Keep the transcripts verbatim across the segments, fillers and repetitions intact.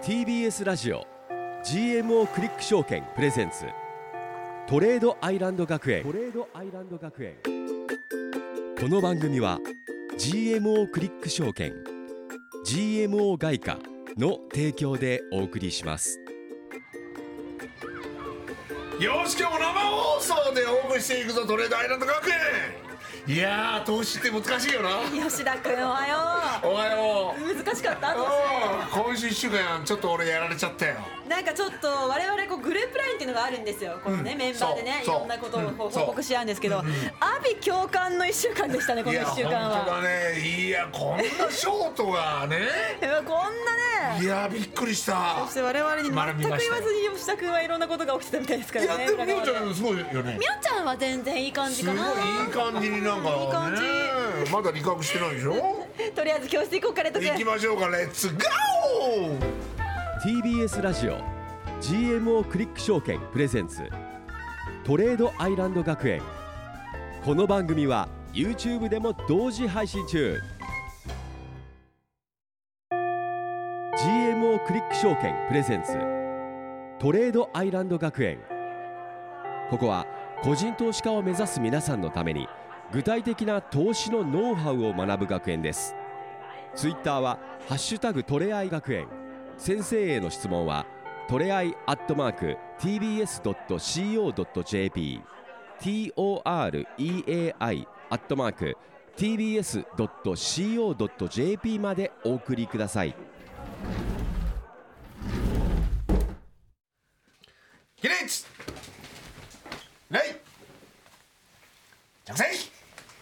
ティービーエス ラジオ ジーエムオー クリック証券プレゼンツトレードアイランド学園。トレードアイランド学園。この番組は ジーエムオー クリック証券 ジーエムオー 外貨の提供でお送りします。 よし、今日も生放送でお送りしていくぞ、トレードアイランド学園。いやー、投資って難しいよな。 吉田君おはよおはよう。 う。難しかった。 今週いっしゅうかんちょっと俺やられちゃったよ。 なんかちょっと我々こうグループラインっていうのがあるんですよ。このね、うん、メンバーでね、いろんなことをこう報告し合うんですけど、うんうん、阿鼻共感のいっしゅうかんでしたね、このいっしゅうかんは。いや本当だね。いや、こんなショートがねいやこんなね、 いやびっくりした。 そして我々に全く言わずに吉田君はいろんなことが起きてたみたいですからね。 いやでもみおちゃんすごいよね。 みおちゃんは全然いい感じかな。 すごいいい感じになんか、ね、 いい感じ。 まだ理覚してないでしょとりあえず教室行こうか。レッツ行きましょうか。レッツゴー。 ティービーエス ラジオ ジーエムオー クリック証券プレゼンツトレードアイランド学園。この番組は YouTube でも同時配信中。 ジーエムオー クリック証券プレゼンツトレードアイランド学園。ここは個人投資家を目指す皆さんのために具体的な投資のノウハウを学ぶ学園です。ツイッターはハッシュタグトレアイ学園。先生への質問はトレアイアットマーク ティービーエスドットシーオードットジェーピー トレアイアットマーク ティービーエスドットシーオードットジェーピー までお送りください。 起立礼着席。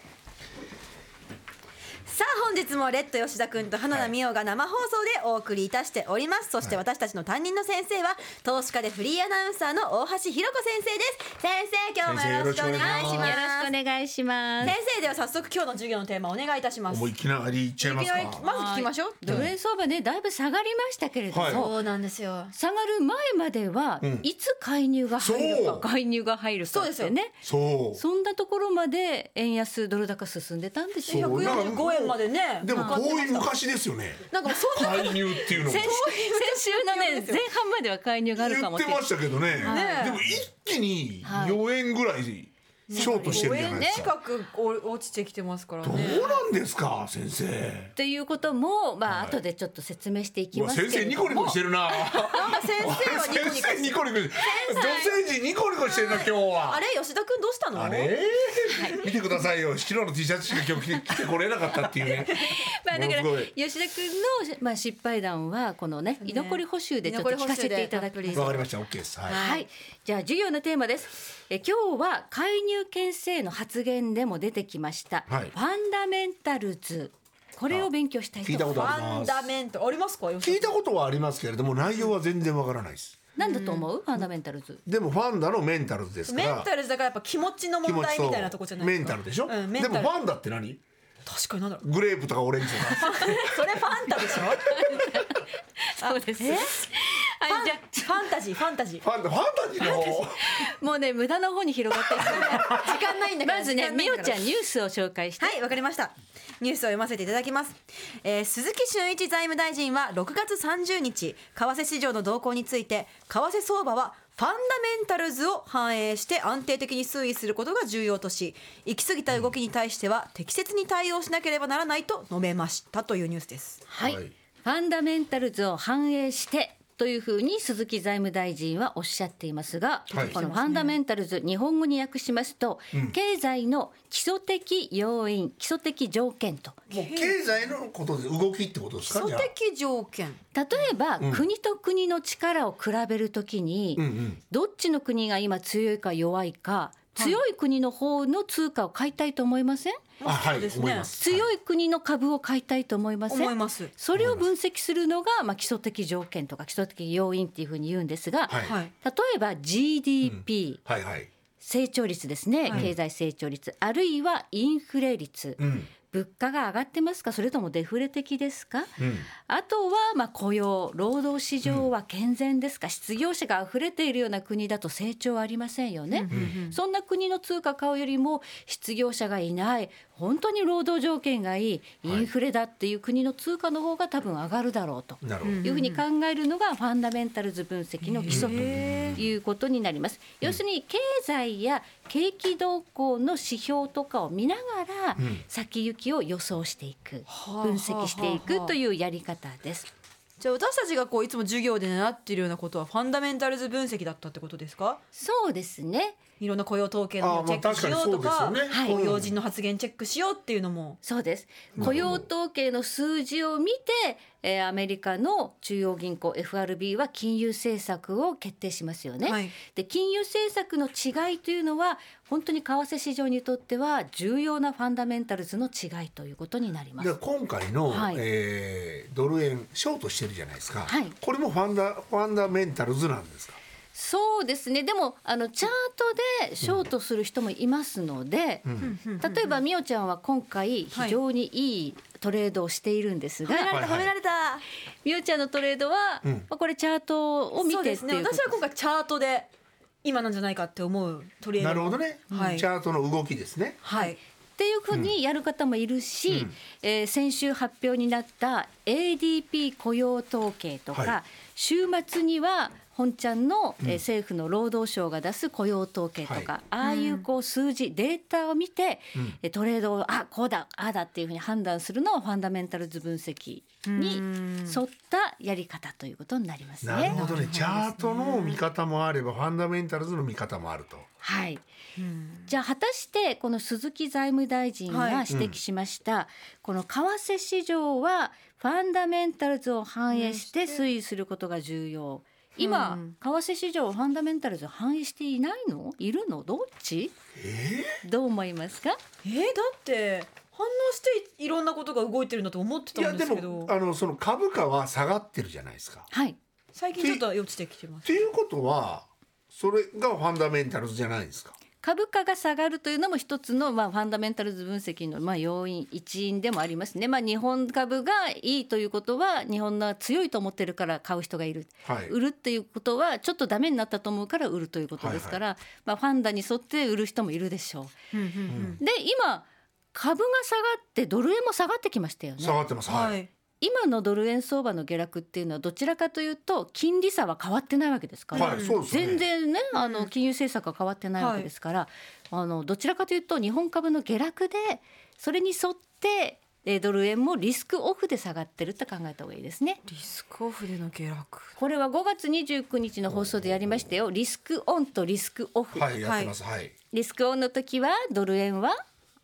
さあ本日もレッド吉田君と花田美桜が生放送でお送りいたしております。そして私たちの担任の先生は投資家でフリーアナウンサーの大橋ひろ子先生です。先生今日もよろしくお願いします。 よろしくお願いします。 先生では早速今日の授業のテーマお願いいたします。 もういきなりいっちゃいますか。 まず聞きましょう。 ドル円相場ねだいぶ下がりましたけれども、 はい、 そうなんですよ。 下がる前までは、うん、いつ介入が入るか介入が入るかってね、 そうそんなところまで円安ドル高進んでたんですよ。 ひゃくよんじゅうごえんまでね。 でも遠い昔ですよね。 なんかそんな介入っていうのも先週のね前半までは介入があるかもって言ってましたけどね、はい、でも一気によえんぐらいショートしてるじゃないですか。 ごえん近く落ちてきてますからね。 どうなんですか先生。 っていうこともまあ後でちょっと説明していきますけれども、 先生ニコニコしてるな。 なんか先生はニコニコ先生ニコニコ女性陣ニコニコしてるな今日は。 あれ吉田君どうしたの。 あれ、はい、見てくださいよ。白の T シャツしか今日着てこれなかったっていうね。 まあだから吉田君のまあ失敗談はこのね居残り補修でちょっと聞かせていただく。 わかりました。 OK です。はい、 はい、じゃあ授業のテーマです。え今日は介入牽制の発言でも出てきました、はい、ファンダメンタルズ、これを勉強したいと思います。 聞いたことあります。 ファンダメンタルありますか。 聞いたことはありますけれども内容は全然わからないです。 何だと思う、ファンダメンタルズ。 でもファンダのメンタルズですから。 メンタルズだからやっぱ気持ちの問題みたいなとこじゃないですか。 メンタルでしょ、うん、 メンタル。 でもファンダって何。 確かに何だろう。 グレープとかオレンジとかそれファンタでしょそうです。 えはい、じゃファンタジーファンタジーファンタファンタジーの方もうね無駄の方に広がっていく時間ないんだから。 まずねみおちゃんニュースを紹介して。 はい、わかりました。ニュースを読ませていただきます、えー、鈴木俊一財務大臣はろくがつさんじゅうにち為替市場の動向について為替相場はファンダメンタルズを反映して安定的に推移することが重要とし、行き過ぎた動きに対しては適切に対応しなければならないと述べましたというニュースです。 はい、はい、ファンダメンタルズを反映してというふうに鈴木財務大臣はおっしゃっていますが、はい、このファンダメンタルズ日本語に訳しますと、うん、経済の基礎的要因基礎的条件と。 もう経済のことで動きってことですか。 基礎的条件、 例えば、うん、国と国の力を比べるときに、うんうん、どっちの国が今強いか弱いか、強い国の方の通貨を買いたいと思いません？ あ、はい、思います。 強い国の株を買いたいと思いません？ 思います。 それを分析するのが、まあ、基礎的条件とか基礎的要因っていうふうに言うんですが、はい、例えば ジーディーピー、うん、はいはい、成長率ですね、はい、経済成長率、あるいはインフレ率、うん、 物価が上がってますか、それともデフレ的ですか、 うんあとはまあ雇用労働市場は健全ですか、失業者が溢れているような国だと成長はありませんよね、そんな国の通貨買うよりも失業者がいない本当に労働条件がいいインフレだっていう国の通貨の方が多分上がるだろうとなるほど、 いうふうに考えるのがファンダメンタルズ分析の基礎ということになります。要するに経済や景気動向の指標とかを見ながら先行きを予想していく、分析していくというやり方です。 じゃあ私たちがこういつも授業で習っているようなことはファンダメンタルズ分析だったってことですか？ そうですね。 いろんな雇用統計のチェックしようとか、 あーまあ確かにそうですよねはい、要人の発言チェックしようっていうのも、 そうです。雇用統計の数字を見て、えーアメリカの中央銀行 エフアールビー は金融政策を決定しますよね、 はい、 で金融政策の違いというのは本当に為替市場にとっては重要なファンダメンタルズの違いということになりま。 です今回の、 はいえードル円ショートしてるじゃないですか、 はいこれもファンダファンダメンタルズなんですか？ そうですね。でもあのチャートでショートする人もいますので、例えばみおちゃんは今回非常にいいトレードをしているんですが、 褒められたはいはい褒められた、 みおちゃんのトレードは、 うんまあ、これチャートを見そうですね、 てっていうこと私は今回チャートで今なんじゃないかって思うトレードなるほどね、 はいチャートの動きですね。 はい、 っていうふうにやる方もいるし、 うんえー先週発表になった エーディーピー 雇用統計とか、 はい週末には本ちゃんの、えー政府の労働省が出す雇用統計とか、 はいああいうこう数字、データを見て、 うんえートレードをあこうだああだっていうふうに判断するのをファンダメンタルズ分析に沿ったやり方ということになりますなるね。 ほどね。チャートの見方もあればファンダメンタルズの見方もあると。 はい、じゃあ果たしてこの鈴木財務大臣がはい指摘しました、この為替市場はファンダメンタルズを反映して推移することが重要。今、 うん為替市場はファンダメンタルズを反映していないの？いるの？どっち？どう思いますか？ えー、だって反応していろんなことが動いてるんだと思っていやですたんでけど、 もあのその株価は下がってるじゃないですか。 はい。 最近ちょっと落ちてきてます。 っていうことはそれがファンダメンタルズじゃないですか。 株価が下がるというのも一つの、まあ、ファンダメンタルズ分析の、まあ、要因一因でもありますね、まあ、日本株がいいということは日本が強いと思ってるから買う人がいる、 はい売るっていうことはちょっとダメになったと思うから売るということですから、まあ、ファンダに沿って売る人もいるでしょうんうんう。で今株が下がってドル円も下がってきましたよね。 下がってます。 うん、 はい。 はい、 今のドル円相場の下落っていうのはどちらかというと金利差は変わってないわけですから、 はい、そうですね。 全然ねあの金融政策は変わってないわけですから、あのどちらかというと日本株の下落でそれに沿ってえードル円もリスクオフで下がってるって考えた方がいいですね。 リスクオフでの下落。 これはごがつにじゅうくにちの放送でやりましたよ。リスクオンとリスクオフ、 はい、やってます。はい。 リスクオンの時はドル円は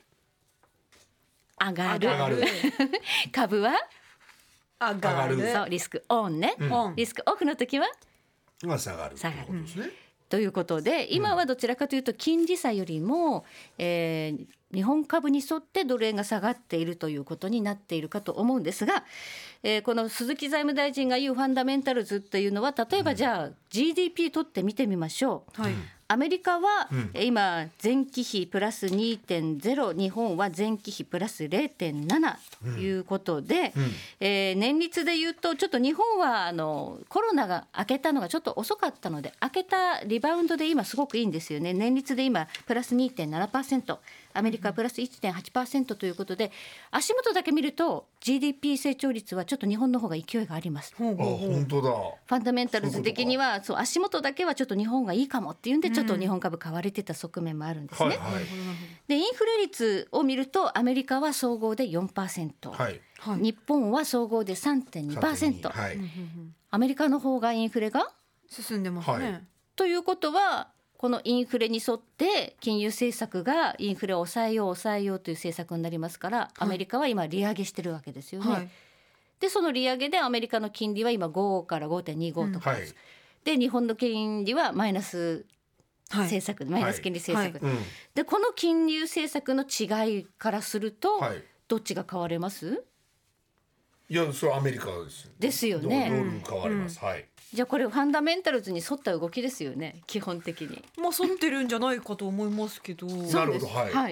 上がる上がる株は上がる。 上がるそうリスクオンね、 オンリスクオフの時はが下がる。 下がるということですね。 ということで今はどちらかというと金利差よりも、えー日本株に沿ってドル円が下がっているということになっているかと思うんですが、えーこの鈴木財務大臣が言うファンダメンタルズというのは例えばじゃあ ジーディーピー 取って見てみましょう。 はい。 アメリカはうんえー今前期比プラス にてんゼロ、 日本は前期比プラス れいてんなな ということで、 うんえー年率でいうとちょっと日本はあのコロナが明けたのがちょっと遅かったので明けたリバウンドで今すごくいいんですよね。年率で今プラス にてんななパーセント、 アメリカはプラス いってんはちパーセント ということで足元だけ見ると ジーディーピー 成長率はちょっと日本の方が勢いがあります。 ほうあ、 ほうほう。 本当だ。 ファンダメンタルズ的にはそう足元だけはちょっと日本がいいかもっていうんでちょっと日本株買われてた側面もあるんですね。 はいはいでインフレ率を見るとアメリカは総合で よんパーセント、 はい。 はい。 日本は総合で さんてんにパーセント、 はい。 アメリカの方がインフレが進んでますね。 はいということはこのインフレに沿って金融政策がインフレを抑えよう抑えようという政策になりますからアメリカは今利上げしてるわけですよね。 はい。 でその利上げでアメリカの金利は今ごから ごてんにご とか、 はい。 で日本の金利はマイナスはい。 政策、マイナス金利政策、 はうん。 でこの金融政策の違いからすると、 はい。 どっちが変われます？ いや、それはアメリカです。 ですよねドルドル変わります。はい。 じゃあこれファンダメンタルズに沿った動きですよね基本的に。 まあ沿ってるんじゃないかと思いますけど。 なるほど。はい。 はい、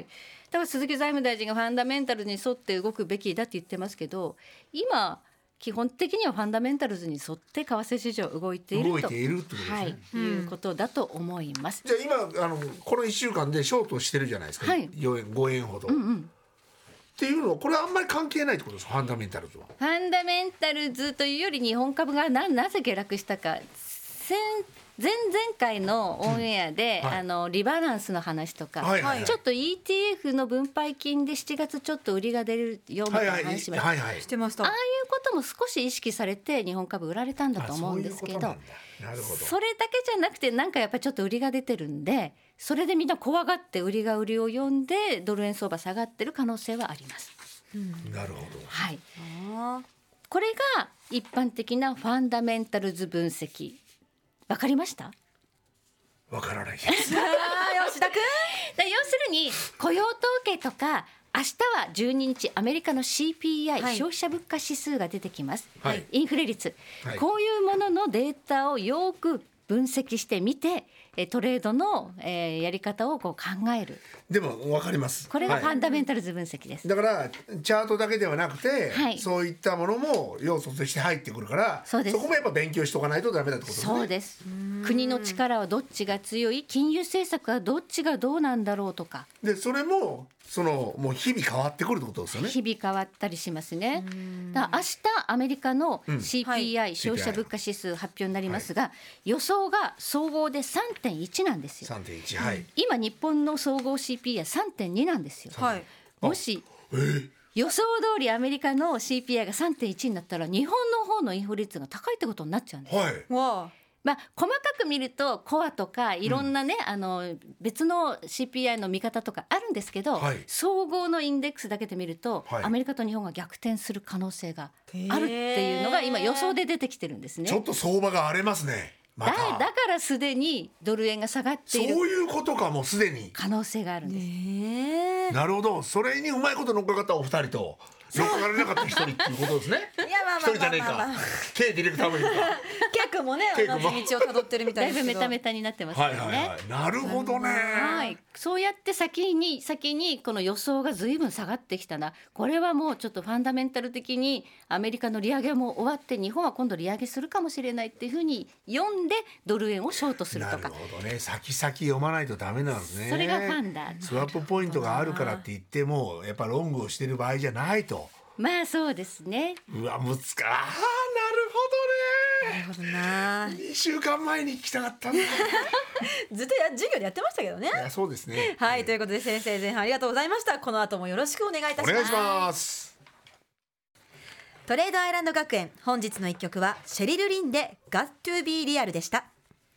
だから鈴木財務大臣がファンダメンタルに沿って動くべきだって言ってますけど、今基本的にはファンダメンタルズに沿って為替市場動いていると動いているってことですね、 はい、いうことだと思います。 じゃあ今あのこのいっしゅうかんでショートしてるじゃないですか、 はいよえんごえんほど、 うんうん、 っていうのはこれはあんまり関係ないってことですか、ファンダメンタルズは。 ファンダメンタルズというより日本株が な, なぜ下落したか、先前々回のオンエアで、 うんはい、 あのリバランスの話とか、 はいはいはい、 ちょっと イーティーエフ の分配金でしちがつちょっと売りが出るよみたいな話は、 はいはいはい、 してました。 ああいうことも少し意識されて日本株売られたんだと思うんですけど、 そういうことなんだ。なるほど。 それだけじゃなくてなんかやっぱりちょっと売りが出てるんで、それでみんな怖がって売りが売りを読んでドル円相場下がってる可能性はあります、 うん、 なるほど、 はい、 あこれが一般的なファンダメンタルズ分析。わかりました？ わからないですあ吉田君だ要するに雇用統計とか、明日はじゅうににちアメリカの シーピーアイ、はい、消費者物価指数が出てきます、はい、インフレ率、はい、こういうもののデータをよく分析してみてトレードの、えー、やり方をこう考える。 でもわかります。 これがファンダメンタルズ分析です、 はい、だからチャートだけではなくて、はい、そういったものも要素として入ってくるから、 そ, そこもやっぱ勉強しとかないとダメだってことですね。 そうです。国の力はどっちが強い、金融政策はどっちがどうなんだろうとか、 でそれもそのもう日々変わってくるってことですよね。 日々変わったりしますね。だから明日アメリカの シーピーアイ、うん、消費者物価指数発表になりますが、はい、予想が総合で さんてんいち なんですよ。 さんてんいち、はい、 今日本の総合 シーピーアイ さんてんに なんですよ、はい、もし、 えー、 予想通りアメリカの シーピーアイ が さんてんいち になったら日本の方のインフレ率が高いってことになっちゃうんです、 はい、 わあまあ、細かく見るとコアとかいろんなね、うん、あの別の シーピーアイ の見方とかあるんですけど、はい、総合のインデックスだけで見ると、はい、アメリカと日本が逆転する可能性があるっていうのが今予想で出てきてるんですね。 ちょっと相場が荒れますね、また。 だ, だからすでにドル円が下がっている、 そういうことか、もうすでに可能性があるんです、ね、 なるほど。それにうまいこと乗っかかったお二人と乗っかからなかった一人っていうことですね。 いやまあまあまあまあ、まあ、 一人じゃねえか K ディレクターもいるかケイ君もね同じ道をたどってるみたいですけど、 だいぶメタメタになってますよね、 はいはいはい、なるほどね、 はい、そうやって先に先にこの予想がずいぶん下がってきたな、これはもうちょっとファンダメンタル的にアメリカの利上げも終わって日本は今度利上げするかもしれないっていうふうに読んでドル円をショートするとか。 なるほどね、先々読まないとダメなんですね。 それがファンダ、 スワップポイントがあるからって言ってもやっぱロングをしてる場合じゃないと。 まあそうですね。 うわ難しい。ああなるほどね。 なるほどな。 にしゅうかんまえに聞きたかったんだずっとや授業でやってましたけどね。 いやそうですね。 はい、ということで先生前半ありがとうございました。この後もよろしくお願いいたします。 お願いします。 トレードアイランド学園、本日の一曲はシェリル・リンで Got to be real でした。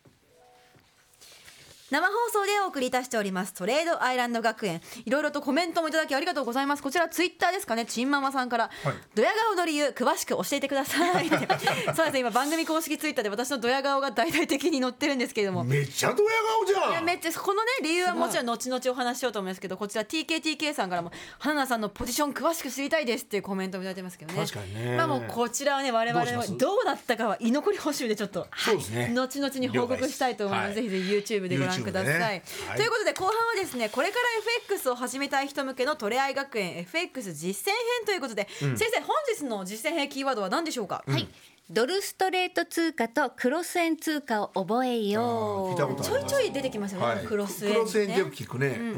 生放送でお送りいたしておりますトレードアイランド学園、いろいろとコメントもいただきありがとうございます。こちらツイッターですかね、チンママさんから、はい、ドヤ顔の理由詳しく教えてくださいそうですね、今番組公式ツイッターで私のドヤ顔が大々的に載ってるんですけれども、 めっちゃドヤ顔じゃん。 いやめっちゃこのね理由はもちろん後々お話ししようと思いますけど、こちら ティーケーティーケー さんからも花菜さんのポジション詳しく知りたいですっていうコメントもいただいてますけどね。 確かにね。 まあもうこちらはね我々はどうだったかは居残り補習でちょっと、 そうですね、 後々に報告したいと思います。はい、ぜひぜひ YouTube でご覧ください。はい、ということで後半はですね、これから エフエックス を始めたい人向けのトレアイ学園 エフエックス 実践編ということで、うん、先生本日の実践編キーワードは何でしょうか？ はい、ドルストレート通貨とクロス円通貨を覚えよう。 ちょいちょい出てきますよね、はい、クロス円、ね、 クロス円ってよく聞くね、うんうんうん、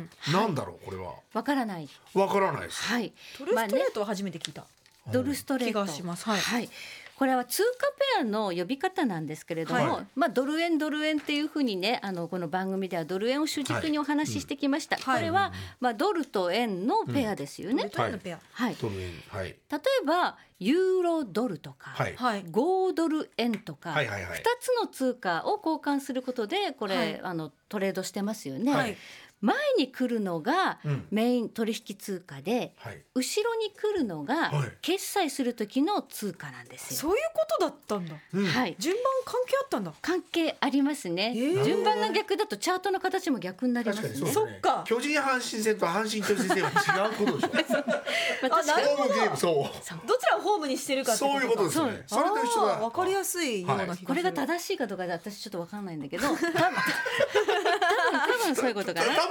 なんだろうこれは。 わからない。 わからないです。 はい、 ドルストレートは初めて聞いた、 まあね、ドルストレート気がします。はい、 はい、これは通貨ペアの呼び方なんですけれども、はい、まあ、ドル円ドル円っていうふうにね、あのこの番組ではドル円を主軸にお話ししてきました。はい、これは、まあ、ドルと円のペアですよね。 ドルと円のペア、 はい、 ドル円、はい、 例えばユーロドルとか、はい、ごドル円とか、はいはいはい、ふたつの通貨を交換することでこれ、はい、あのトレードしてますよね。はい、前に来るのがメイン取引通貨で、うん、はい、後ろに来るのが決済する時の通貨なんですよ。 そういうことだったんだ、うん、はい、順番関係あったんだ。 関係ありますね。順番が逆だとチャートの形も逆になりますね。 確かにそうね。 そっか、 巨人阪神戦と阪神巨人戦は違うことでしょまあ、なるほど、 そうどちらをホームにしてるかってことか。 そういうことですよね。それと一緒だ。 分かりやすいような気がする。 これが正しいかどうかで私ちょっと分かんないんだけど多分多分そういうことかな。 多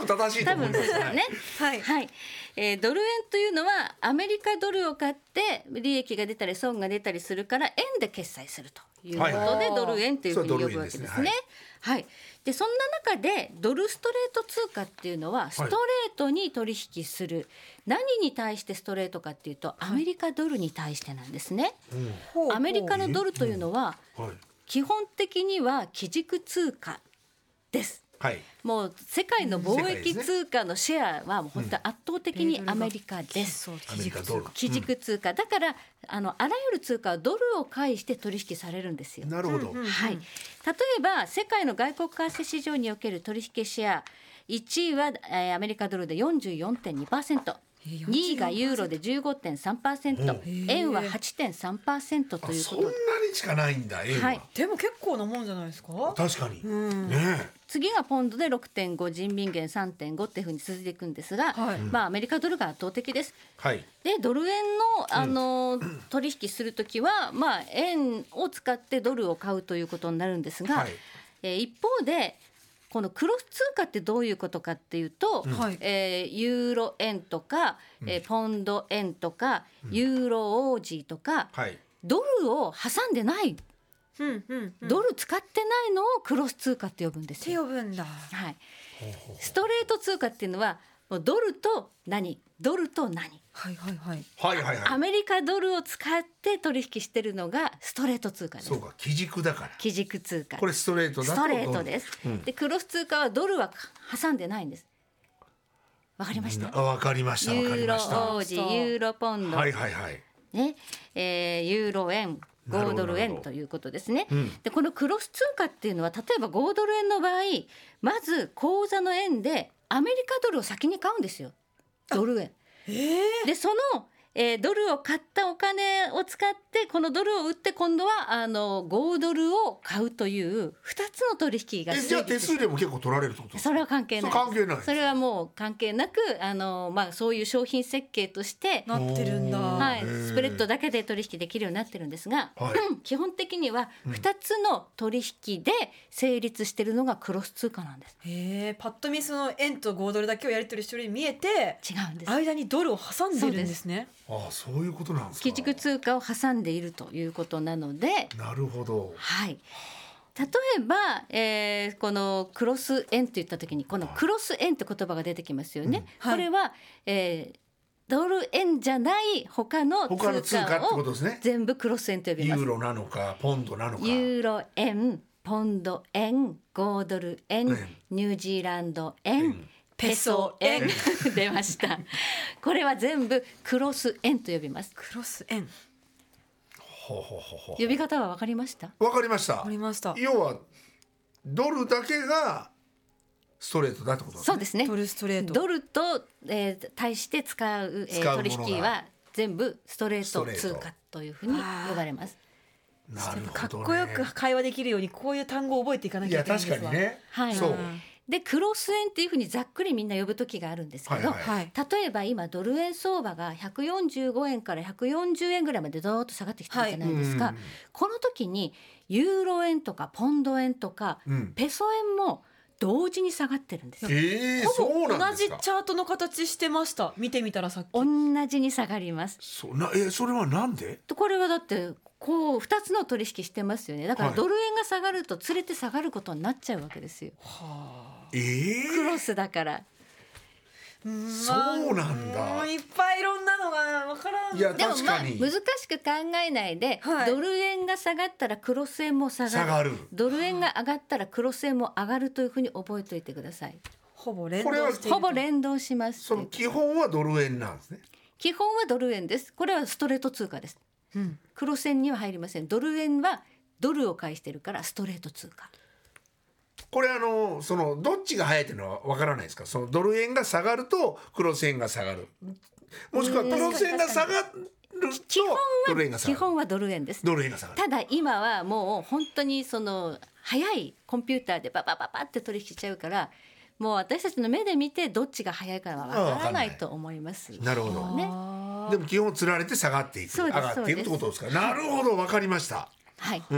分正しいと思います。 多分そうですね。 はい、 はい、えー、ドル円というのはアメリカドルを買って利益が出たり損が出たりするから円で決済するということで、はい、ドル円というふうに呼ぶわけですね。はい、はい、でそんな中でドルストレート通貨っていうのはストレートに取引する、はい、何に対してストレートかっていうとアメリカドルに対してなんですね。うん、アメリカのドルというのは、うん、はい、基本的には基軸通貨です。はい、もう世界の貿易通貨のシェアはもう本当圧倒的にアメリカです。基軸通貨だからあのあらゆる通貨はドルを介して取引されるんですよ。 なるほど。 はい、例えば世界の外国為替市場における取引シェアいちいは、えー、アメリカドルで よんじゅうよんてんにパーセント、にいがユーロで じゅうごてんさんパーセント、円は はちてんさんパーセント ということで。 そんなにしかないんだ円は、はい、 でも結構なもんじゃないですか。 確かに、うんね、 次がポンドで ろくてんご、人民元 さんてんご っていうふうに続いていくんですが、はい、まあ、アメリカドルが圧倒的です。はい、でドル円の、あの、うん、取引するときは、まあ、円を使ってドルを買うということになるんですが、はい、えー、一方でこのクロス通貨ってどういうことかっていうと、うん、えー、ユーロ円とか、うん、えー、ポンド円とか、うん、ユーロオージーとか、はい、ドルを挟んでない、うんうんうん、ドル使ってないのをクロス通貨って呼ぶんですよ。 って呼ぶんだ。 はい、ストレート通貨っていうのはもうドルと何ドルと何、 はいはいはい、 はいはいはい、 アメリカドルを使って取引してるのがストレート通貨です。 そうか、基軸だから。 基軸通貨。 これストレートだとストレートです。うん、でクロス通貨はドルは挟んでないんです。わかりました。 わかりました。 ユーロオージー、ユーロポンド、 はいはいはい。 ね、えー、ユーロ円、ごドル円ということですね。うん、でこのクロス通貨っていうのは例えばごドル円の場合、まず口座の円でアメリカドルを先に買うんですよ。ドル円。えー、でその、えー、ドルを買ったお金を使ってこのドルを売って今度はあのごドルを買うというふたつの取引が。 えじゃあ手数料も結構取られるってことですか。 それは関係ない。 それ関係ない。 それはもう関係なくあの、まあ、そういう商品設計としてなってるんだ、 はい、スプレッドだけで取引できるようになってるんですが、はい、基本的にはふたつの取引で成立してるのがクロス通貨なんです。 へえ、パッと見その円とごドルだけをやり取りしてるように見えて違うんです。 間にドルを挟んでるんですね。 ああ、そういうことなんですか。 基軸通貨を挟んでいるということなので。 なるほど。 はい。例えば、えー、このクロス円といった時にこのクロス円って言葉が出てきますよね。うん、これは、えー、ドル円じゃない他の通貨を全部クロス円と呼びます。 ユーロなのかポンドなのか。 ユーロ円、ポンド円、ごドル円、うん、ニュージーランド円、うん、ペソ円出ました。これは全部クロス円と呼びます。 クロス円。 ほうほうほうほう。 呼び方は分かりました？ 分かりました。 分かりました。 要はドルだけがストレートだってことですね。 そうですね。 ドルストレート。 ドルと、えー、対して使う、えー、取引は全部ストレート通貨というふうに呼ばれます。 なるほどね。 かっこよく会話できるようにこういう単語を覚えていかなきゃいけないんですわ。 いや確かにね。 はい。 そう。 でクロス円っていうふうにざっくりみんな呼ぶ時があるんですけど、はいはい、例えば今ドル円相場がひゃくよんじゅうごえんからひゃくよんじゅうえんぐらいまでどーっと下がってきてるじゃないですか、はい、この時にユーロ円とかポンド円とか、うん、ペソ円も同時に下がってるんですよ。 えー、そうなんですか。 同じチャートの形してました。見てみたらさっき同じに下がります。 そなえそれはなんで？ これはだってこうふたつの取引してますよね。だからドル円が下がると連れて下がることになっちゃうわけですよ。はあ、 えー、 クロスだから。 うんそうなんだ。 いっぱいいろんなのが分からん。 いや確かにでもまあ難しく考えないで、はい、ドル円が下がったらクロス円も下がる、 下がる。 ドル円が上がったらクロス円も上がるというふうに覚えておいてください。 ほぼ連動している。 ほぼ連動します。 その基本はドル円なんですね。 基本はドル円です。これはストレート通貨です、うん、クロス円には入りません。ドル円はドルを介してるからストレート通貨。 これあのそのどっちが早いっていうのは分からないですか。そのドル円が下がるとクロス円が下がる、もしくはクロス円が下がるとドル円が下がる。 基本はドル円です。 ドル円が下がる。 ただ今はもう本当にその早いコンピューターでババババって取引しちゃうから、もう私たちの目で見てどっちが早いかは分からないと思います。 なるほど、ね、でも基本つられて下がっていく、上がっていくってことですから。なるほど、分かりました。 はい、 うん、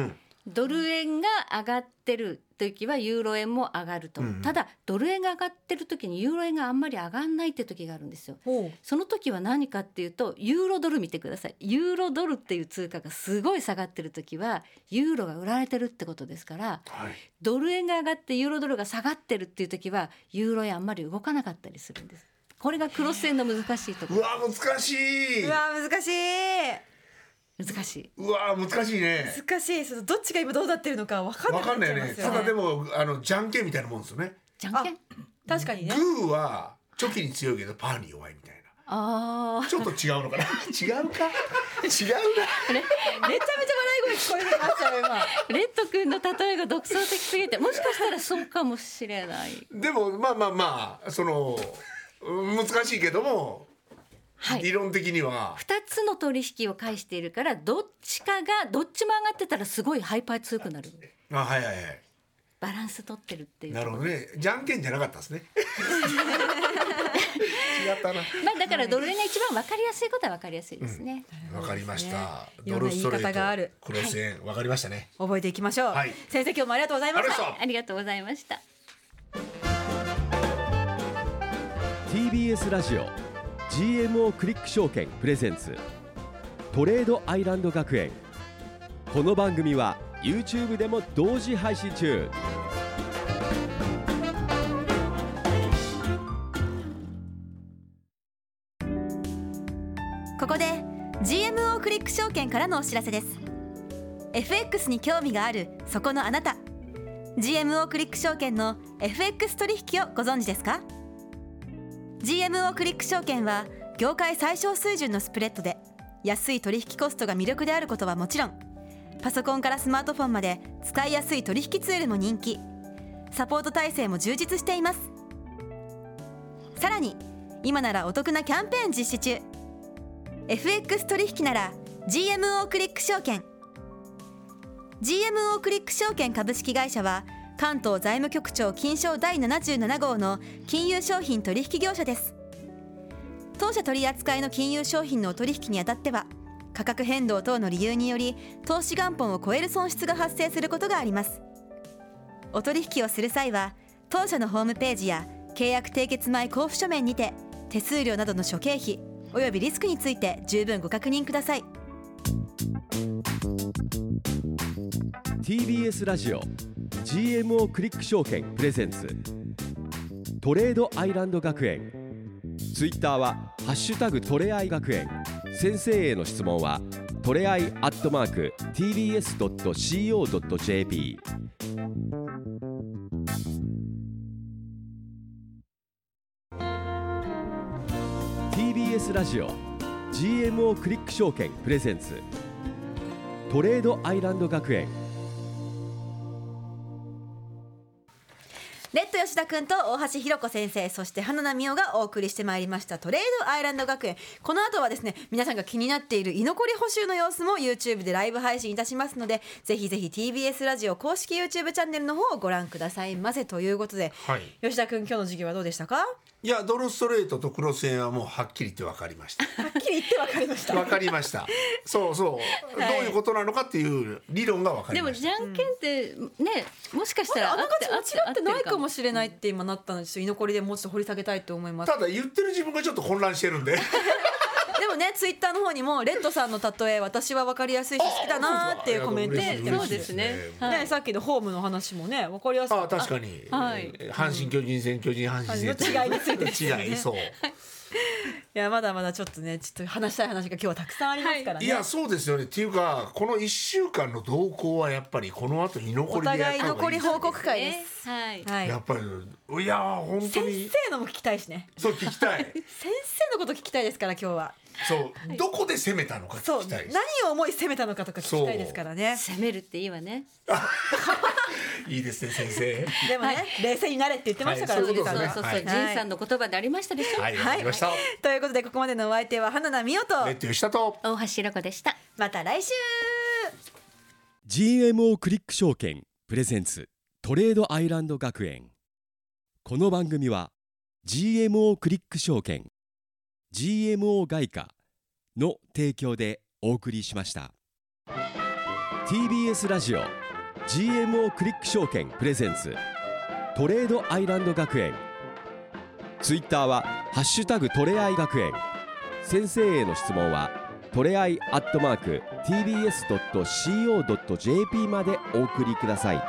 ドル円が上がってる時はユーロ円も上がると、うん、ただドル円が上がってる時にユーロ円があんまり上がんないって時があるんですよ。その時は何かっていうとユーロドル見てください。ユーロドルっていう通貨がすごい下がってる時はユーロが売られてるってことですから、はい、ドル円が上がってユーロドルが下がってるっていう時はユーロ円あんまり動かなかったりするんです。これがクロス円の難しいところ。 うわ難しい。 うわ難しい。 難しい。 うわ難しいね。 難しい。そのどっちが今どうなってるのか分かんなくなっちゃいますよね。 分かんないよね。ただでもあのじゃんけんみたいなもんですよね。 じゃんけん。 確かにね。 グーはチョキに強いけどパーに弱いみたいな。ああ。ちょっと違うのかな。違うか。違うな。めちゃめちゃ笑い声聞こえてましたよ今。 レッド君の例えが独創的すぎて、もしかしたらそうかもしれない。 でもまあまあまあその難しいけども。はい、理論的にはふたつの取引を介しているからどっちかがどっちも上がってたらすごいハイパー強くなる。 あはいはいはい。 バランス取ってるっていう。 なるほどね。じゃんけんじゃなかったですね。違ったな。 まあだからドル円が一番分かりやすいことは分かりやすいですね。 わ、うん、かりました。 ドルストレート、 クロス円、わかりましたね。 覚えていきましょう。はい、先生今日もありがとうございました。 ありがとうございました。 ティービーエス ラジオジーエムオー クリック証券プレゼンツトレードアイランド学園。この番組は YouTube でも同時配信中。 ここで ジーエムオー クリック証券からのお知らせです。 エフエックス に興味があるそこのあなた、 ジーエムオー クリック証券の エフエックス 取引をご存知ですか？ ジーエムオー クリック証券は業界最小水準のスプレッドで安い取引コストが魅力であることはもちろん、パソコンからスマートフォンまで使いやすい取引ツールも人気、サポート体制も充実しています。さらに今ならお得なキャンペーン実施中。 エフエックス 取引なら ジーエムオー クリック証券。 ジーエムオー クリック証券株式会社は関東財務局長金賞だいななじゅうなな号の金融商品取引業者です。当社取扱いの金融商品のお取引にあたっては価格変動等の理由により投資元本を超える損失が発生することがあります。お取引をする際は当社のホームページや契約締結前交付書面にて手数料などの諸経費およびリスクについて十分ご確認ください。 ティービーエス ラジオ ジーエムオー クリック証券プレゼンツトレードアイランド学園。ツイッターはハッシュタグトレアイ学園。先生への質問はトレアイアットマーク ティービーエスドットシーオードットジェーピー。 ティービーエス ラジオ ジーエムオー クリック証券プレゼンツトレードアイランド学園。 レッド吉田くんと大橋ひろ子先生、そして花奈美桜がお送りしてまいりましたトレードアイランド学園。この後はですね、皆さんが気になっている居残り補修の様子も YouTube でライブ配信いたしますので、ぜひぜひ ティービーエス ラジオ公式 YouTube チャンネルの方をご覧くださいませということで、はい、吉田くん今日の授業はどうでしたか？ いやドルストレートとクロス円はもうはっきり言って分かりました。 はっきり言って分かりました。 分かりました。そうそう、はい、どういうことなのかっていう理論が分かりました。 でもじゃんけんってね、うん、もしかしたらあながち間違ってないかもしれないって今なったので、居残りでもうちょっと掘り下げたいと思います。 ただ言ってる自分がちょっと混乱してるんででもねツイッターの方にもレッドさんの例え私は分かりやすいし好きだなっていうコメントで、 そうですね、 はいね、さっきのホームの話もね分かりやすい。 あ確かに、はい、阪神巨人戦、巨人阪神戦の違いについてですね。 違いそういやまだまだちょっとねちょっと話したい話が今日はたくさんありますからね。 いやそうですよね。っていうかこのいっしゅうかんの動向はやっぱりこの後居残りでやった方がいいですね。お互い居残り報告会です、はいはい、やっぱりいや本当に先生のも聞きたいしね。 そう聞きたい先生のこと聞きたいですから今日は。 そう、はい、どこで攻めたのか聞きたいです。 何を思い攻めたのかとか聞きたいですからね。 攻めるっていいわねいいですね先生。 でもね、はい、冷静になれって言ってましたから、 はい、そうそうそう、 はい、 そうそう、仁、はい、さんの言葉でありましたでしょ。 はい、わかりました、はい、 ということでここまでのお相手は花奈美桜とレッド吉田と大橋ひろ子でした。 また来週。 ジーエムオー クリック証券プレゼンツトレードアイランド学園。この番組は ジーエムオー クリック証券 ジーエムオー 外貨の提供でお送りしました。 ティービーエス ラジオジーエムオー クリック証券プレゼンツトレードアイランド学園。ツイッターはハッシュタグトレアイ学園。先生への質問はトレアイアットマーク ティービーエスドットシーオードットジェーピー までお送りください。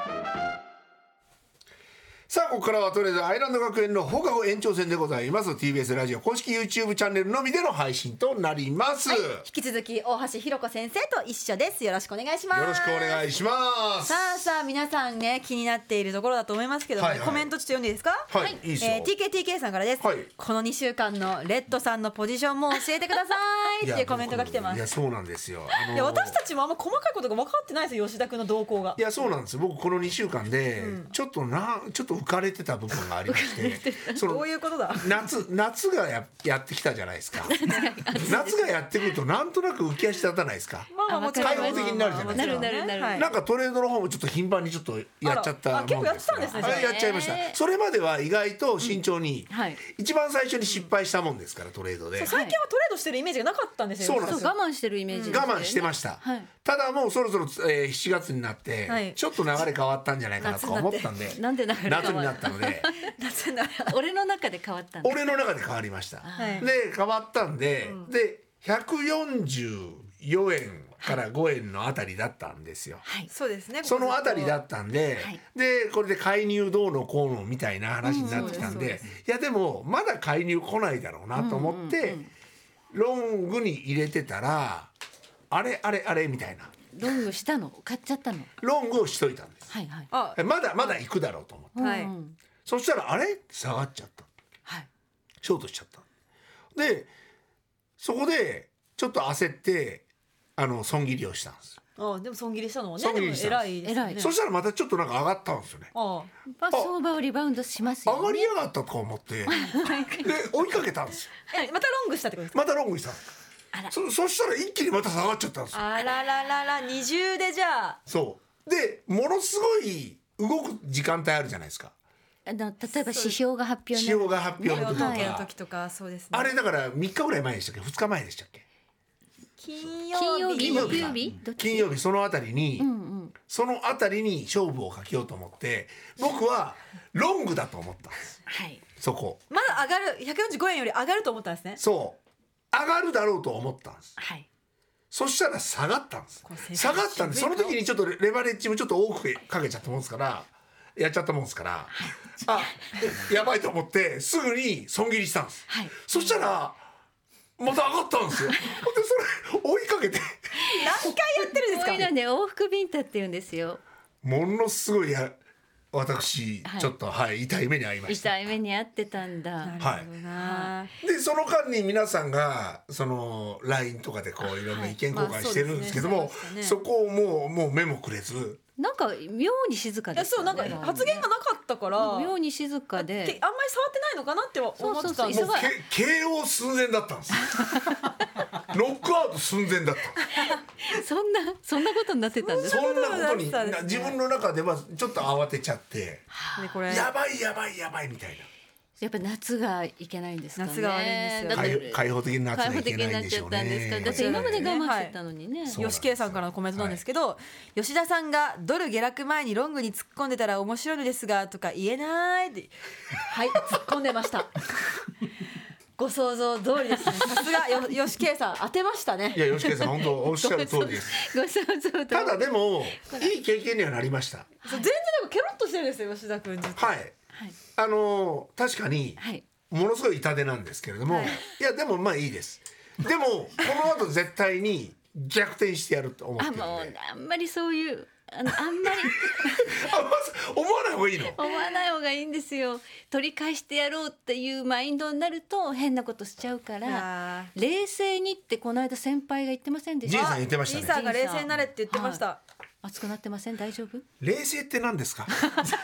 さあここからはトレードアイランド学園の放課後延長戦でございます。 ティービーエス ラジオ公式 YouTube チャンネルのみでの配信となります、はい、 引き続き大橋ひろ子先生と一緒です。よろしくお願いします。 よろしくお願いします。 さあさあ皆さんね気になっているところだと思いますけども、はいはい、コメントちょっと読んでいいですか。 はい、はい、いいですよ。 えー、ティーケーティーケー さんからです、はい、このにしゅうかんのレッドさんのポジションも教えてくださいっていうコメントが来てます。 いやそうなんですよ、あのー、 いや私たちもあんま細かいことが分かってないですよ、吉田君の動向が。 いやそうなんですよ。僕このにしゅうかんでちょっとな、ちょっと浮かれてた部分がありましてそのどういうことだ。 夏夏が や, やってきたじゃないですか夏がやってくるとなんとなく浮き足立たないですか。 まあもちろん開放的になるじゃないですか。 なるなるなる、はい、 なんかトレードの方もちょっと頻繁にちょっとやっちゃったもんです。 結構やってたんですね。 あれやっちゃいました。それまでは意外と慎重に、うんはい、一番最初に失敗したもんですからトレードで。 最近はトレードしてるイメージがなかったんですよ。 そうなんですよ。 我慢してるイメージです、ね、 我慢してました、はい、ただもうそろそろ、えー、しちがつになって、はい、ちょっと流れ変わったんじゃないかなと思ったんでなんで流れ変わった夏になったので夏にな俺の中で変わったんだ。 俺の中で変わりました、はい、で変わったんで、うん、でひゃくよんじゅうよえんからごえんのあたりだったんですよ、 はい、そうですね。 そのあたりだったんで、はい、でこれで介入どうのこうのみたいな話になってきたんで、うん、いやでもまだ介入来ないだろうなと思って、うんうんうん、ロングに入れてたらあれあれあれみたいな。 ロングしたの買っちゃったの。ロングをしといたんです、 はいはい、 あまだまだ行くだろうと思って、はい、そしたらあれ下がっちゃった、はい、ショートしちゃった。でそこでちょっと焦ってあの損切りをしたんです。 あでも損切りしたのはね。 損切りした偉いですね。 そしたらまたちょっとなんか上がったんですよね。 ああ相場をリバウンドしますよね。 上がりやがったとか思ってで追いかけたんですよ。 またロングしたってことですか。 またロングした。そ, そしたら一気にまた下がっちゃったんですよ。 あらららら二重でじゃあ。 そうでものすごい動く時間帯あるじゃないですか。 あの例えば指標が発表指標が発表の時とか、 はい、時とかそうですね。 あれだからみっかぐらい前でしたっけふつかまえでしたっけ。 金曜日金曜日金曜日金曜日そのあたりに、うんうん、そのあたりに勝負をかけようと思って僕はロングだと思ったんです、はい、そこまだ上がるひゃくよんじゅうごえんより上がると思ったんですね。 そう上がるだろうと思ったんです、はい、そしたら下がったんです下がったんです。その時にちょっとレバレッジもちょっと多くかけちゃったもんですからやっちゃったもんですからあやばいと思ってすぐに損切りしたんです、はい、そしたらまた上がったんですよでそれ追いかけて何回やってるんですか。 こういうのね往復ビンタって言うんですよ。 ものすごいや私、はい、ちょっと、はい、痛い目に遭いました。 痛い目に遭ってたんだ。 はい、でその間に皆さんがその ライン とかでこういろんな意見交換してるんですけども、はいまあ そ, ねそ, ね、そこをもうもう目もくれずなんか妙に静かですよね。 そうなんか発言がなかったから妙に静かであんまり触ってないのかなって思ってたんです。 もう ケーオー 寸前だったんですノックアウト寸前だったそんなそんなことになってたんです。 そんなことに自分の中ではちょっと慌てちゃって、ね、これやばいやばいやばいみたいな。 やっぱ夏がいけないんですかね。 夏が悪いんですよ。 開放的な夏がいけないんでしょうね。 だって今まで我慢してたのにね。 吉圭さんからのコメントなんですけど、はい、吉田さんがドル下落前にロングに突っ込んでたら面白いのですがとか言えないってはい突っ込んでましたご想像通りですね。さすがよ吉圭さん当てましたね。 いや吉圭さん本当おっしゃる通りですご想像通り。 ただでもいい経験にはなりました。 全然でもケロッとしてるんですよ吉田君。 はい、はい、あのー、確かにものすごい痛手なんですけれども、はい、いやでもまあいいです。でもこの後絶対に逆転してやると思ってるんで。 あもうあんまりそういうあのあんまり思わない方がいいの。 思わない方がいいんですよ。取り返してやろうっていうマインドになると変なことしちゃうから冷静にってこの間先輩が言ってませんでした。 ジンさん言ってましたね。 ジンさんが冷静になれって言ってました、はい、 熱くなってません大丈夫。 冷静って何ですか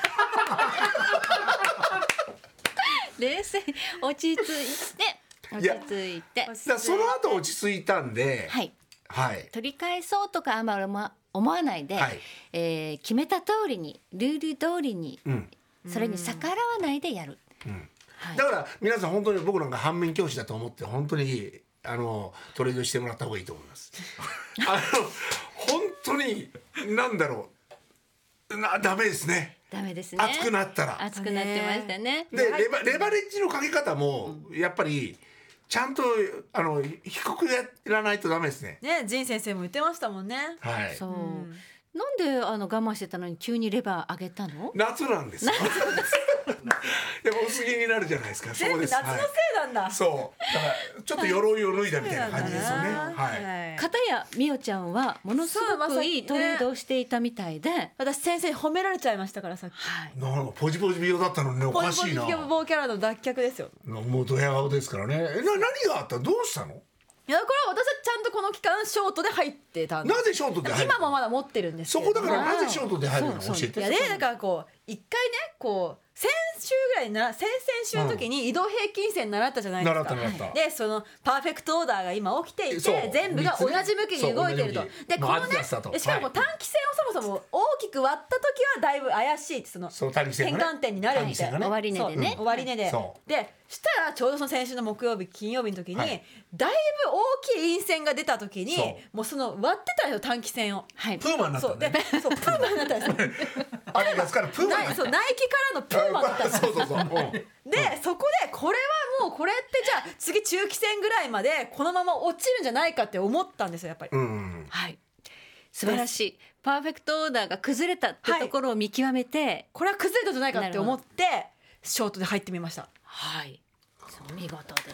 冷静落ち着いて落ち着いてだその後落ち着いたんで、 はいはい、 取り返そうとかあんまり思わないで、はいえー、決めた通りにルール通りに、うん、それに逆らわないでやる、うんはい、だから皆さん本当に僕なんか反面教師だと思って本当にあのトレードしてもらった方がいいと思いますあの本当に何だろなダメですね。 ダメですね。 熱くなったら熱くなってましたね。 でレバ、レバレッジのかけ方もやっぱりちゃんとあの低くやらないとダメですね。 ね、仁先生も言ってましたもんね。 はい。 そう、うん、なんであの我慢してたのに急にレバー上げたの？ 夏なんですよ。でも薄着になるじゃないですか。 全部夏のせいなんだ。 はい、そうだからちょっと鎧を脱いだみたいな感じですよね。はい。 片やみおちゃんはものすごくいいトレードをしていたみたいで、ね、 私先生に褒められちゃいましたからさっき。 はい、なんかポジポジ美容だったのにね、おかしいな。 ポジポジ美容キャラの脱却ですよ。 もうドヤ顔ですからね。えな何があった？どうしたの？ いやこれは私はちゃんとこの期間ショートで入ってたんです。 なぜショートで入るの？ 今もまだ持ってるんですけど。 そこだからなぜショートで入るの教えて。 いやね、だからこう一回ねこう先週ぐらいな先々週の時に移動平均線習ったじゃないですか。 習った習った。 でそのパーフェクトオーダーが今起きていて全部が同じ向きに動いてると。でこのねしかも短期線をそもそも大きく割った時はだいぶ怪しいってその転換点になるみたいな。 終値でね。 終値で。でしたらちょうどその先週の木曜日金曜日の時に、はい、だいぶ大きい陰線が出た時にもうその割ってたんですよ短期線を、 はい、プーマになったね。 そうそうプーマになったんですよ。 あれですからプーマになった。 そうナイキからのプーマだったんですよ。 そうそうそう、うん、 でそこでこれはもうこれってじゃあ次中期線ぐらいまでこのまま落ちるんじゃないかって思ったんですよやっぱり、うんうん、 はい。素晴らしい。パーフェクトオーダーが崩れたってところを見極めて、はい、 これは崩れたんじゃないかって思ってショートで入ってみました。 はい、そう見事です。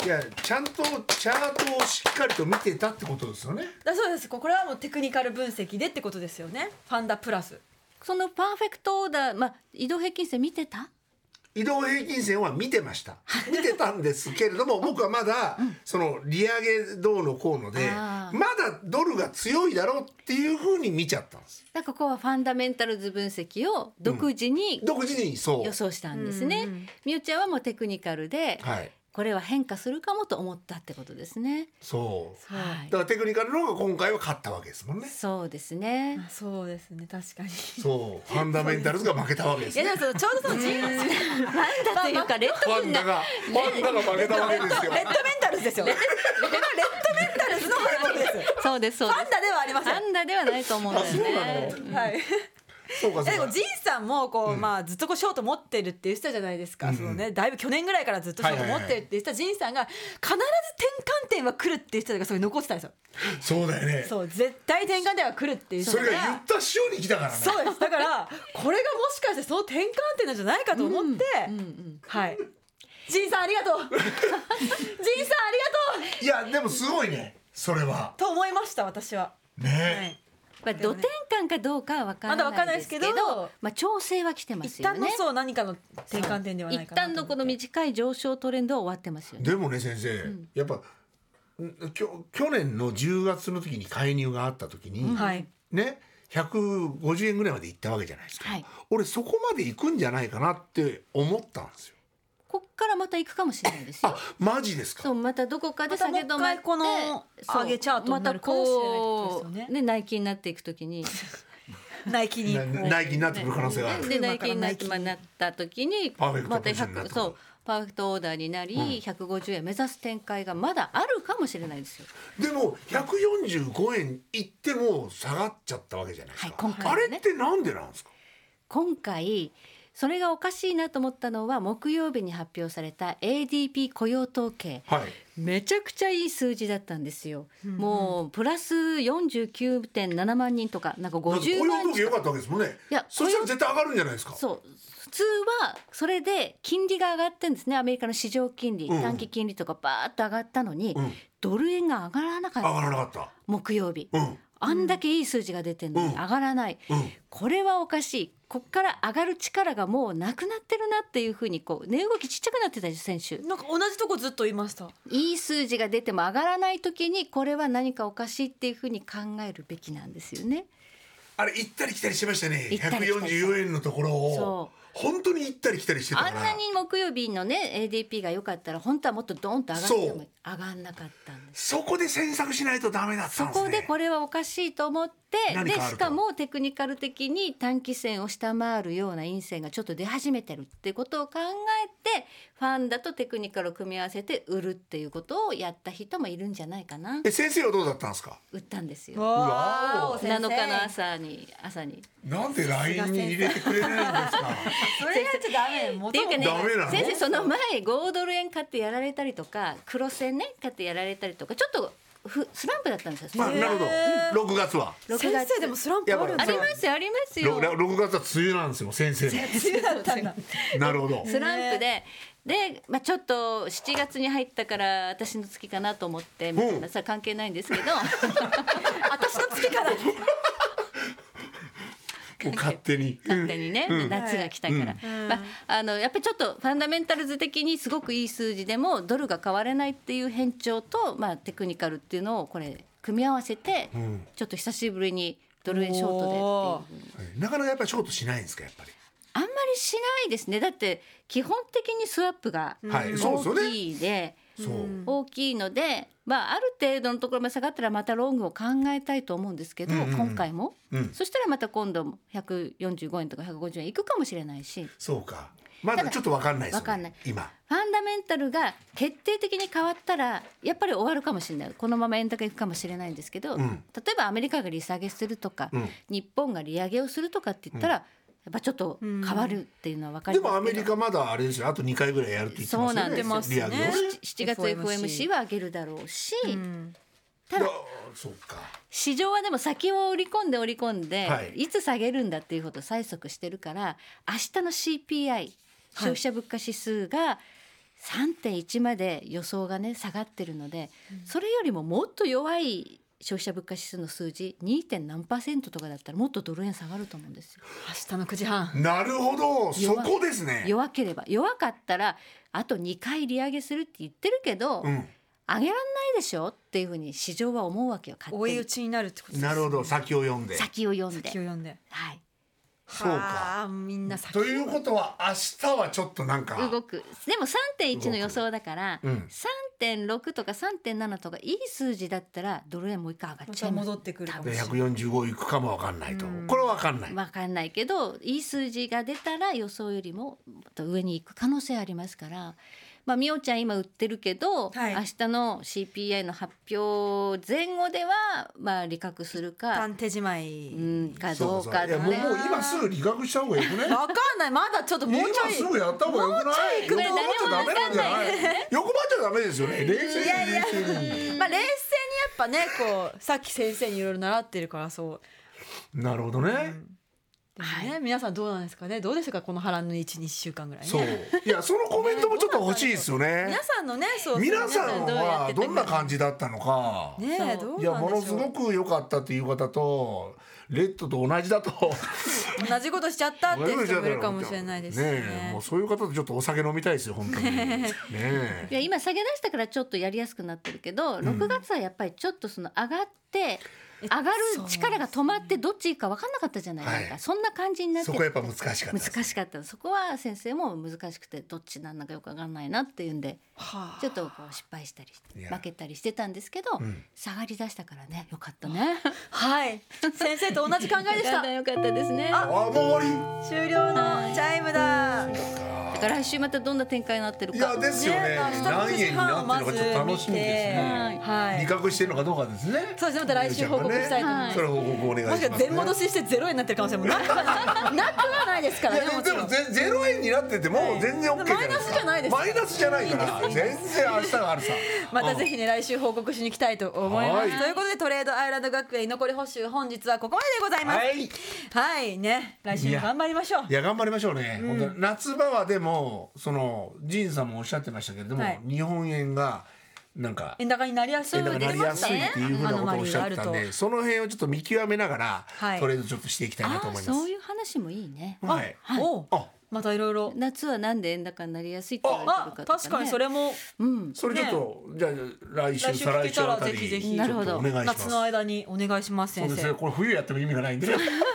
いやちゃんとチャートをしっかりと見てたってことですよね。 だそうです。これはもうテクニカル分析でってことですよね。ファンダプラスそのパーフェクトオーダー、まあ、移動平均線見てた？ 移動平均線は見てました見てたんですけれども僕はまだ、うん、その利上げどうのこうのでまだドルが強いだろうっていうふうに見ちゃったんです。 だからここはファンダメンタルズ分析を独自に、 うん、独自にそう予想したんですね。みおちゃんはもうテクニカルで、はい、これは変化するかもと思ったってことですね。 そう、はい、だからテクニカルの方が今回は勝ったわけですもんね。 そうですね。 そうですね確かに。 そうファンダメンタルズが負けたわけですね。 いやでもちょうどその人なんだというかレッドファンダがファンダが負けたわけですよ。 レッドメンタルズですよ。レッドメンタルズの敗北です。 そうですそうです。 ファンダではありません。 ファンダではないと思うんですね。 はい。そうかそうか。でもジンさんもこう、うん、まあずっとこうショート持ってるって言ってたじゃないですか、うんうん、そのねだいぶ去年ぐらいからずっとショート持ってるって言ってたジンさんが必ず転換点は来るって言ってたのがそれ残ってたんですよ。 そうだよね。 そう絶対転換点は来るって言ってたから。 それが言った週に来たからね。 そうですだからこれがもしかしてその転換点なんじゃないかと思って、うんうんうん、はいジンさんありがとうジンさんありがとう。いやでもすごいねそれはと思いました私はね、はいまあ、土転換かどうかは分からないですけど、まだ分かんないですけど、まあ、調整は来てますよね。 一旦のそう何かの転換点ではないかなと。 一旦のこの短い上昇トレンドは終わってますよね。 でもね先生、うん、やっぱきょ去年のじゅうがつの時に介入があった時に、うん、ねひゃくごじゅうえんぐらいまでいったわけじゃないですか、はい、俺そこまで行くんじゃないかなって思ったんですよ。 こっからまた行くかもしれないですよ。 あマジですか。 そうまたどこかで下げ止まって、 この上げチャートになるかもしれないですよね。 でナイキになっていくときにナイキにナイキになってくる可能性がある。 でナイキになってなったときにまたひゃくそうパーフェクトオーダーになり、うん、ひゃくごじゅうえん目指す展開がまだあるかもしれないですよ。 でもひゃくよんじゅうごえんいっても下がっちゃったわけじゃないですか、はい、今回ね、あれってなんでなんですか。 今回それがおかしいなと思ったのは木曜日に発表された エーディーピー 雇用統計、はい、めちゃくちゃいい数字だったんですよ、うんうん、もうプラス よんじゅうきゅうてんななまんにんとかなんかごじゅうまん雇用統計良かったわけですもんね。いやそしたら絶対上がるんじゃないですか。 そう普通はそれで金利が上がってるんですね。アメリカの市場金利、うん、短期金利とかバーッと上がったのに、うん、ドル円が上がらなかった。 上がらなかった木曜日、うん、あんだけいい数字が出てるのに上がらない、うんうん、これはおかしい。こっから上がる力がもうなくなってるなっていうふうにこう値動きちっちゃくなってた選手なんか同じとこずっと言いました。 いい数字が出ても上がらない時にこれは何かおかしいっていうふうに考えるべきなんですよね。 あれ行ったり来たりしましたね。ひゃくよんじゅうよえんのところを本当に行ったり来たりしてたから、 あんなに木曜日のね エーディーピー が良かったら本当はもっとドーンと上がっても上がんなかったんです。 そこで詮索しないとダメだったんですね。 そこでこれはおかしいと思って、でしかもテクニカル的に短期線を下回るような陰線がちょっと出始めてるっていうことを考えて、ファンダとテクニカルを組み合わせて売るっていうことをやった人もいるんじゃないかな。 え先生はどうだったんですか？ 売ったんですよ。 わーなのかの朝に朝になんで ライン に入れてくれないんですか？ それやっちゃダメ。 っていうかね、 ダメなの？ 先生その前ごドル円買ってやられたりとか黒線ね買ってやられたりとかちょっっとふスランプだったんですよ。 まあ、なるほど。ろくがつは先生でもスランプあるんありますよありますよ。 ろくがつは梅雨なんですよ先生の。 梅雨だったんだ。 なるほど。 スランプでで、まあ、ちょっとしちがつに入ったから私の月かなと思ってみたいなさ関係ないんですけど私の月からもう勝手に勝手にね、うん、夏が来たから、うんまあ、あのやっぱりちょっとファンダメンタルズ的にすごくいい数字でもドルが買われないっていう変調と、まあ、テクニカルっていうのをこれ組み合わせて、うん、ちょっと久しぶりにドル円ショートでっていうなかなかやっぱりショートしないんですかやっぱり。 あんまりしないですね。だって基本的にスワップが大きいで、 そう大きいので、まあ、ある程度のところまで下がったらまたロングを考えたいと思うんですけど、うんうん、今回も、うん、そしたらまた今度ひゃくよんじゅうごえんとかひゃくごじゅうえんいくかもしれないし。 そうかまだちょっと分かんないですよね。分かんない今ファンダメンタルが決定的に変わったらやっぱり終わるかもしれない。このまま円高いくかもしれないんですけど、うん、例えばアメリカが利下げするとか、うん、日本が利上げをするとかって言ったら、うんやっぱちょっと変わるっていうのは分かりますけど、でもアメリカまだあれですよあとにかいぐらいやるって言ってますよね。 そうなんですよね。 しちがつ エフオーエムシー は上げるだろうし、うん、ただそうか市場はでも先を織り込んで織り込んで、はい、いつ下げるんだっていうことを催促してるから明日の シーピーアイ 消費者物価指数が さんてんいち まで予想がね下がってるので、うん、それよりももっと弱い消費者物価指数の数字 に. 何パーセントとかだったらもっとドル円下がると思うんですよ。 明日のくじはん。 なるほどそこですね。 弱ければ弱かったらあとにかい利上げするって言ってるけど、うん、上げらんないでしょっていうふうに市場は思うわけよ。勝手に追い打ちになるってことですね。 なるほど先を読んで先を読んで先を読んではいそうかみんな先ということは明日はちょっとなんか動く。でも さんてんいち の予想だから、うん、さんてんろく とか さんてんなな とかいい数字だったらドル円もう一回上がっちゃいます。 戻ってくるかもしれない。 ひゃくよんじゅうごいくかも分かんないと、うん、これは分かんない分かんないけどいい数字が出たら予想よりも上に行く可能性ありますから、まあ、みおちゃん今売ってるけど、はい、明日の シーピーアイ の発表前後ではまあ利確するか単手じまい、 うん、かどうかって、ね、 もうもう今すぐ利確した方がよくね。 分かんないまだちょっともうちょい今すぐやった方がよくない。欲張っちゃダメなんじゃない。欲張っちゃダメですよね。冷静に冷静に、 いやいやまあ冷静にやっぱねこうさっき先生にいろいろ習ってるからそうなるほどね、 うんねはい、皆さんどうなんですかね。どうですかこの波乱の いち,に 週間ぐらいね。 そういやそのコメントもちょっと欲しいですよね。 皆さんのねそう皆さんはどんな感じだったのか、 ね、どうなんでしょう。 いやものすごく良かったっていう方とレッドと同じだと同じことしちゃったっていう人もいるかもしれないですね。 ねもうそういう方とちょっとお酒飲みたいですよ本当にねいや今下げ出したからちょっとやりやすくなってるけど、うん、ろくがつはやっぱりちょっとその上がって上がる力が止まってどっちいいか分かんなかったじゃないですか、はい、そんな感じになってそこはやっぱ難しかった難しかったそこは先生も難しくてどっちなんだかよく分かんないなっていうんで、はあ、ちょっとこう失敗したり負けたりしてたんですけど、うん、下がりだしたからねよかったねはい先生と同じ考えでしたよかったですね。 あもう終わり終了のチャイムだ。 だから来週またどんな展開になってるか。 いやですよね。ね何円になってるのかちょっと楽しみですね。はい。利確してるのかどうかですね。 そうですね。また来週報告したいと思います。 それ報告お願いします、ね。 もし全戻ししてゼロ円になってる可能性もなくはないなくはないですからね。 でもゼロ円になってても全然 OK じゃないですか。マイナスじゃないです。マイナスじゃないから全然明日があるさ。 またぜひね来週報告しに行きたいと思います。ということでトレードアイランド学園残り報酬本日はここまででございます。はい。はいね来週も頑張りましょう。 いや頑張りましょうね。うん、本当夏場はでもそのジンさんもおっしゃってましたけれども、はい、日本円がなんか円高になりやすい円高になりやすいっていうふうなことをおっしゃってたんで、その辺をちょっと見極めながら、はい、トレードちょっとしていきたいなと思います。 そういう話もいいね。 はい。 はい、おあまたいろいろ夏はなんで円高になりやすいって言われてるかとか、ね、 確かにそれも、 うん、それちょっと、ね、じゃあ来週再来週あたりぜひぜひお願いします。 夏の間にお願いします先生。 そうですねこれ冬やっても意味がないんで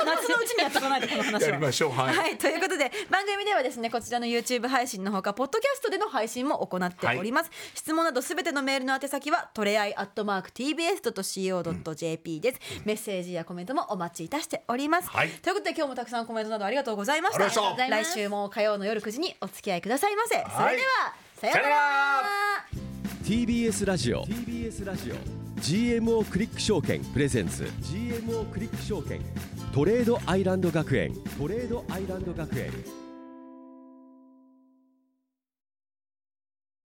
夏のうちにやっておかないとこの話はやりましょう、はい、 はい、ということで番組ではですねこちらの YouTube 配信のほかポッドキャストでの配信も行っております、はい、質問などすべてのメールの宛先はトレアイアットマーク ティービーエスドットシーオードットジェーピー です、うん、メッセージやコメントもお待ちいたしております、はい、ということで今日もたくさんコメントなどありがとうございました。来週も火曜の夜くじにお付き合いくださいませ、はい、それではさようなら。 ティービーエス ラジオ ティービーエス ラジオ ジーエムオー クリック証券プレゼンツ ジーエムオー クリック証券トレードアイランド学園トレードアイランド学園